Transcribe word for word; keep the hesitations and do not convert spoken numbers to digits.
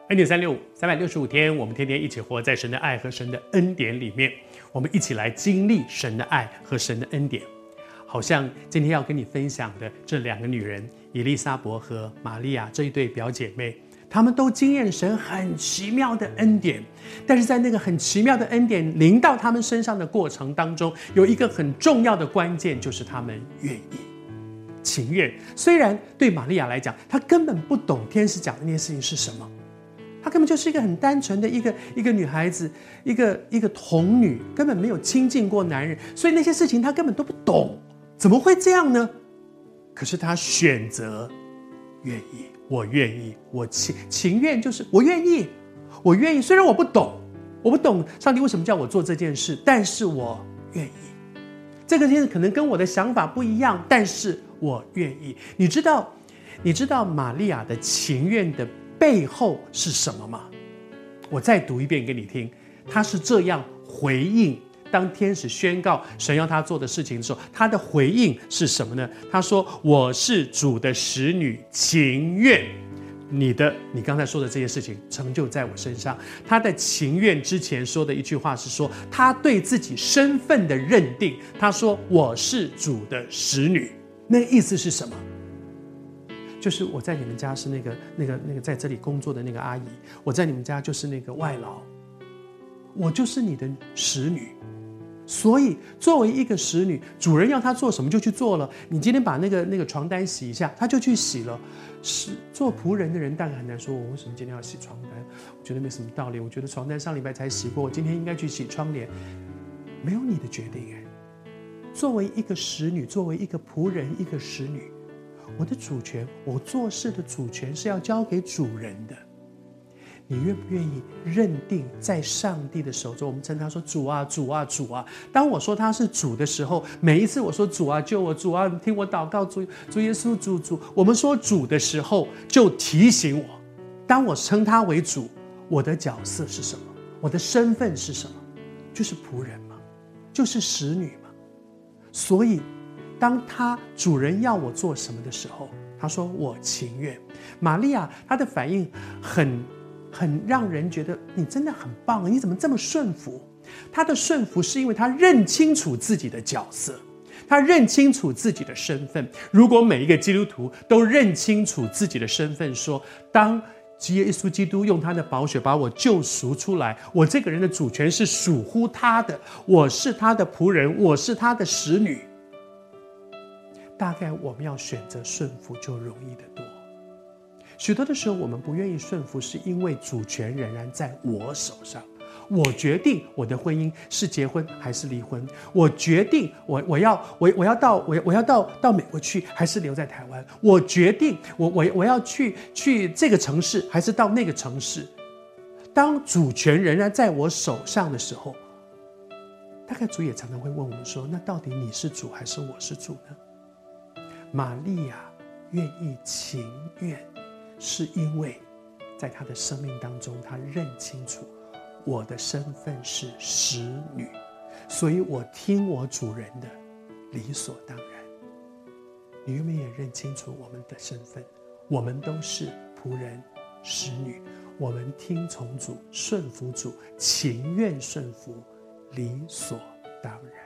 恩典三六五，三百六十五天，我们天天一起活在神的爱和神的恩典里面。我们一起来经历神的爱和神的恩典。好像今天要跟你分享的这两个女人，以利沙伯和玛利亚这一对表姐妹，她们都经验神很奇妙的恩典。但是在那个很奇妙的恩典临到她们身上的过程当中，有一个很重要的关键，就是她们愿意。情愿。虽然对玛利亚来讲，她根本不懂天使讲的那件事情是什么，她根本就是一个很单纯的一个一个女孩子，一个一个童女，根本没有亲近过男人，所以那些事情她根本都不懂，怎么会这样呢？可是她选择愿意，我愿意，我情情愿，就是我愿意，我愿意。虽然我不懂，我不懂上帝为什么叫我做这件事，但是我愿意。这个件事可能跟我的想法不一样，但是我愿意。你知道，你知道玛利亚的情愿的背后是什么吗？我再读一遍给你听。她是这样回应，当天使宣告神要她做的事情的时候，她的回应是什么呢？她说：“我是主的使女，情愿你的你刚才说的这些事情成就在我身上。”她的情愿之前说的一句话是说，她对自己身份的认定。她说：“我是主的使女。”那个意思是什么？就是我在你们家是那个那个那个在这里工作的那个阿姨，我在你们家就是那个外劳，我就是你的使女。所以作为一个使女，主人要她做什么就去做了。你今天把那个那个床单洗一下，她就去洗了。是做仆人的人大概很难说，我为什么今天要洗床单？我觉得没什么道理。我觉得床单上礼拜才洗过，我今天应该去洗窗帘。没有你的决定哎。作为一个使女，作为一个仆人，一个使女，我的主权，我做事的主权是要交给主人的。你愿不愿意认定在上帝的手中？我们称他说主啊主啊主啊。当我说他是主的时候，每一次我说主啊救我，主啊听我祷告，主主耶稣主主，我们说主的时候就提醒我，当我称他为主，我的角色是什么？我的身份是什么？就是仆人嘛，就是使女嘛。所以当他主人要我做什么的时候，他说我情愿。玛利亚她的反应很很让人觉得你真的很棒，你怎么这么顺服？她的顺服是因为她认清楚自己的角色，她认清楚自己的身份。如果每一个基督徒都认清楚自己的身份，说当耶稣基督用他的宝血把我救赎出来，我这个人的主权是属乎他的，我是他的仆人，我是他的使女，大概我们要选择顺服就容易得多。许多的时候我们不愿意顺服，是因为主权仍然在我手上。我决定我的婚姻是结婚还是离婚，我决定我我要我我要到我我要到到美国去还是留在台湾，我决定我我我要去去这个城市还是到那个城市。当主权仍然在我手上的时候，大概主也常常会问我们说，那到底你是主还是我是主呢？玛利亚愿意情愿，是因为在她的生命当中，她认清楚我的身份是使女，所以我听我主人的，理所当然。你愿不愿意认清楚我们的身份？我们都是仆人、使女，我们听从主，顺服主，情愿顺服，理所当然。